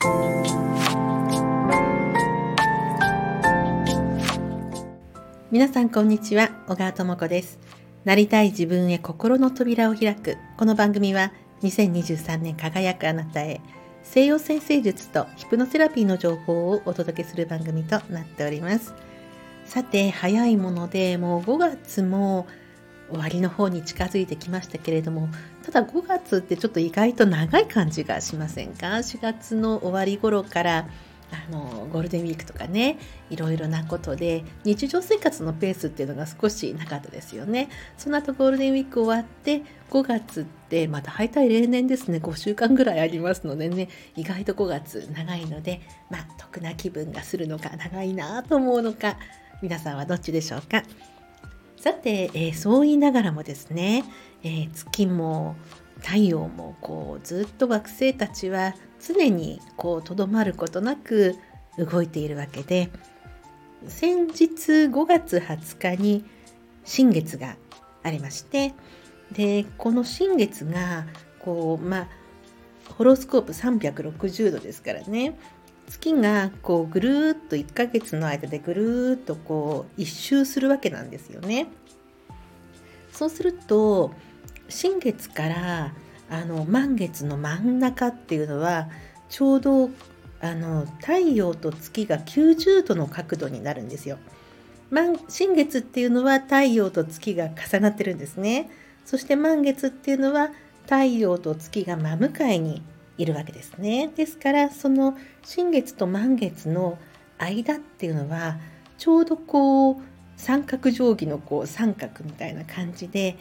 皆さんこんにちは、小川智子です。なりたい自分へ心の扉を開く。この番組は2023年輝くあなたへ、西洋占星術とヒプノセラピーの情報をお届けする番組となっております。さて、早いものでもう5月も終わりの方に近づいてきましたけれども、ただ5月ってちょっと意外と長い感じがしませんか？4月の終わり頃からゴールデンウィークとかね、いろいろなことで日常生活のペースっていうのが少しなかったですよね。その後ゴールデンウィーク終わって5月ってまた大体例年ですね、5週間ぐらいありますのでね、意外と5月長いので、得な気分がするのか長いなと思うのか、皆さんはどっちでしょうか。さて、そう言いながらもですね、月も太陽もずっと惑星たちは常にとどまることなく動いているわけで、先日5月20日に新月がありまして、でこの新月がホロスコープ360度ですからね、月がぐるーっと1ヶ月の間でぐるーっと一周するわけなんですよね。そうすると新月から満月の真ん中っていうのはちょうど太陽と月が90度の角度になるんですよ。新月っていうのは太陽と月が重なってるんですね。そして満月っていうのは太陽と月が真向かいにいるわけですね。ですからその新月と満月の間っていうのはちょうど三角定規の三角みたいな感じで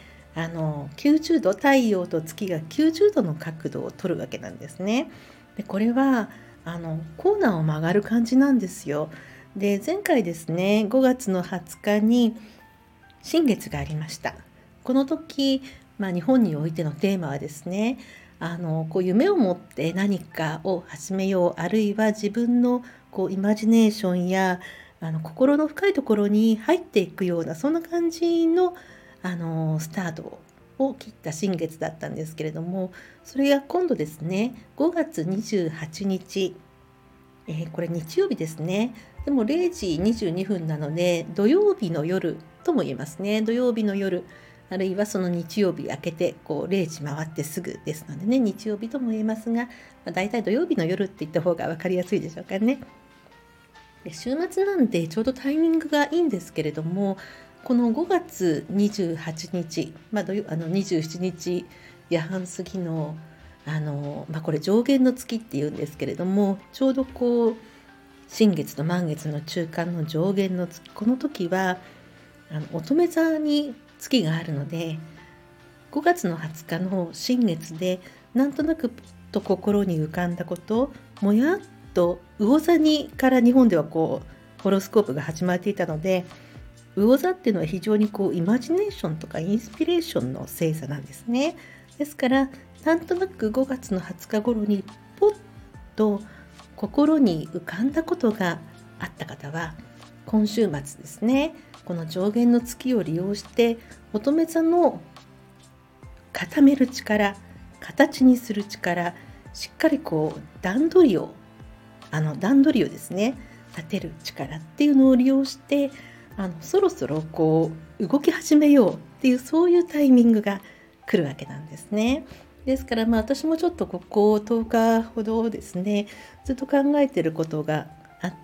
90度、太陽と月が90度の角度を取るわけなんですね。でこれはコーナーを曲がる感じなんですよ。で前回ですね、5月の20日に新月がありました。この時、日本においてのテーマはですね、夢を持って何かを始めよう、あるいは自分のイマジネーションや心の深いところに入っていくような、そんな感じのスタートを切った新月だったんですけれども、それが今度ですね、5月28日、これ日曜日ですね。でも0時22分なので土曜日の夜とも言えますね。土曜日の夜、あるいはその日曜日明けて0時回ってすぐですのでね、日曜日とも言えますが、だいたい土曜日の夜って言った方が分かりやすいでしょうかね。で週末なんでちょうどタイミングがいいんですけれども、この5月28日、27日夜半過ぎのこれ上限の月っていうんですけれども、ちょうど新月と満月の中間の上限の月、この時は乙女座に月があるので、5月の20日の新月でなんとなくと心に浮かんだこと、もやっと魚座から日本ではホロスコープが始まっていたので、魚座っていうのは非常にイマジネーションとかインスピレーションの星座なんですね。ですからなんとなく5月の20日頃にポッと心に浮かんだことがあった方は、今週末ですね、この上限の月を利用して乙女座の固める力、形にする力、しっかり段取りをですね立てる力っていうのを利用してそろそろ動き始めようっていう、そういうタイミングが来るわけなんですね。ですから私もちょっとここ10日ほどですね、ずっと考えてることがあって、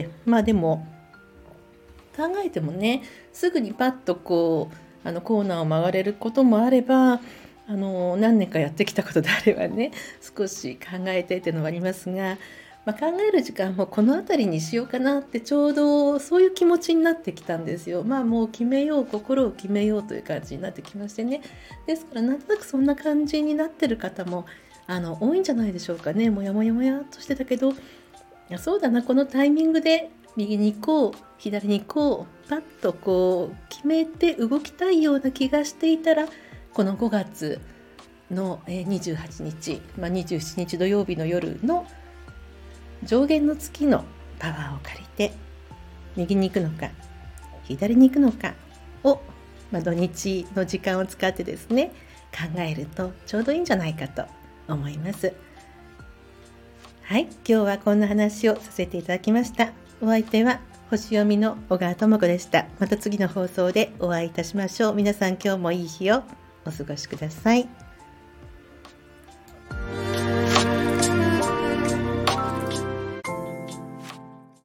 でも考えてもね、すぐにパッとコーナーを曲がれることもあれば、何年かやってきたことであればね、少し考えてっていうのもありますが、考える時間もこの辺りにしようかなって、ちょうどそういう気持ちになってきたんですよ。もう決めよう、心を決めようという感じになってきましてね。ですからなんとなくそんな感じになってる方も多いんじゃないでしょうかね。もやもやもやっとしてたけど、そうだな、このタイミングで右に行こう、左に行こう、パッと決めて動きたいような気がしていたら、この5月の28日、27日土曜日の夜の上限の月のパワーを借りて右に行くのか左に行くのかを、土日の時間を使ってですね考えるとちょうどいいんじゃないかと思います。 はい、今日はこんな話をさせていただきました。お相手は星読みの小川智子でした。また次の放送でお会いいたしましょう。皆さん今日もいい日をお過ごしください。